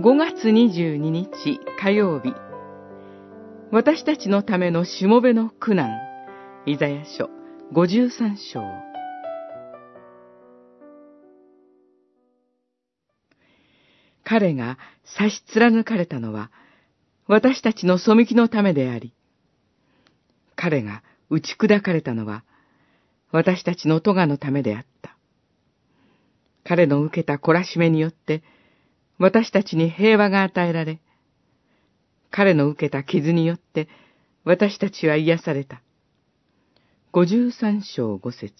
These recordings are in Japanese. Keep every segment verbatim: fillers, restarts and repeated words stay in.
ごがつにじゅうににち火曜日、私たちのためのしもべの苦難、イザヤ書ごじゅうさんしょう。彼が刺し貫かれたのは私たちの背きのためであり、彼が打ち砕かれたのは私たちの咎のためであった。彼の受けた懲らしめによって私たちに平和が与えられ、彼の受けた傷によって私たちは癒された。ごじゅうさんしょうごせつ。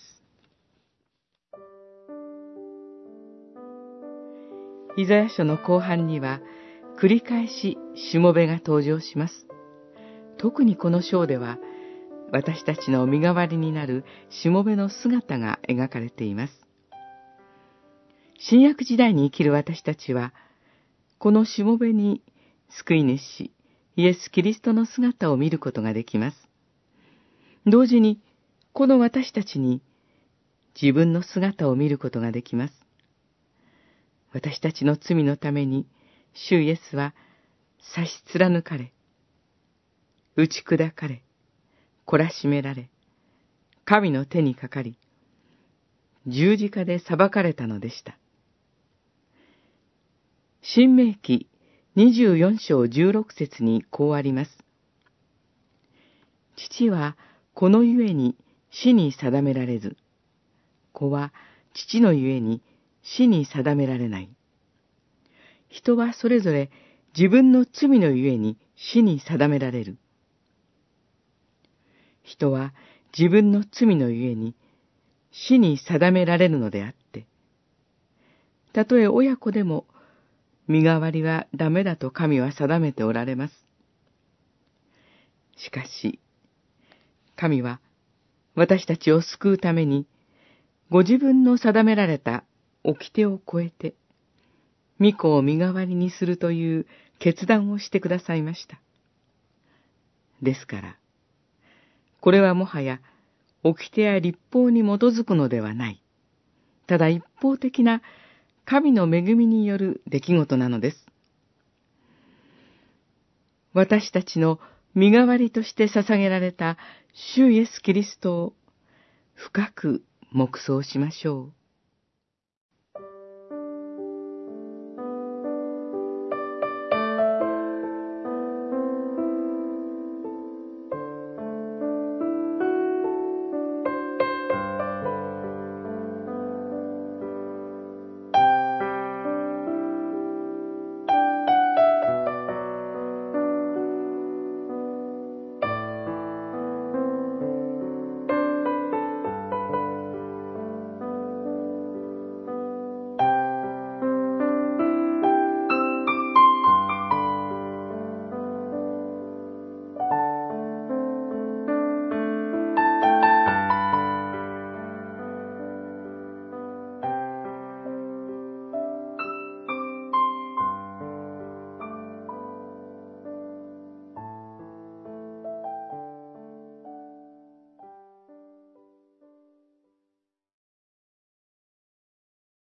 イザヤ書の後半には繰り返ししもべが登場します。特にこの章では私たちの身代わりになるしもべの姿が描かれています。新約時代に生きる私たちは、このしもべに救い主、イエス・キリストの姿を見ることができます。同時に、この私たちに自分の姿を見ることができます。私たちの罪のために、主イエスは刺し貫かれ、打ち砕かれ、懲らしめられ、神の手にかかり、十字架で裁かれたのでした。申命記にじゅうよんしょうじゅうろくせつにこうあります。父はこのゆえに死に定められず、子は父のゆえに死に定められない。人はそれぞれ自分の罪のゆえに死に定められる。人は自分の罪のゆえに死に定められるのであって、たとえ親子でも身代わりはダメだと神は定めておられます。しかし、神は私たちを救うために、ご自分の定められた掟を超えて、御子を身代わりにするという決断をしてくださいました。ですから、これはもはや掟や律法に基づくのではない。ただ一方的な神の恵みによる出来事なのです。私たちの身代わりとして捧げられた主イエス・キリストを深く黙想しましょう。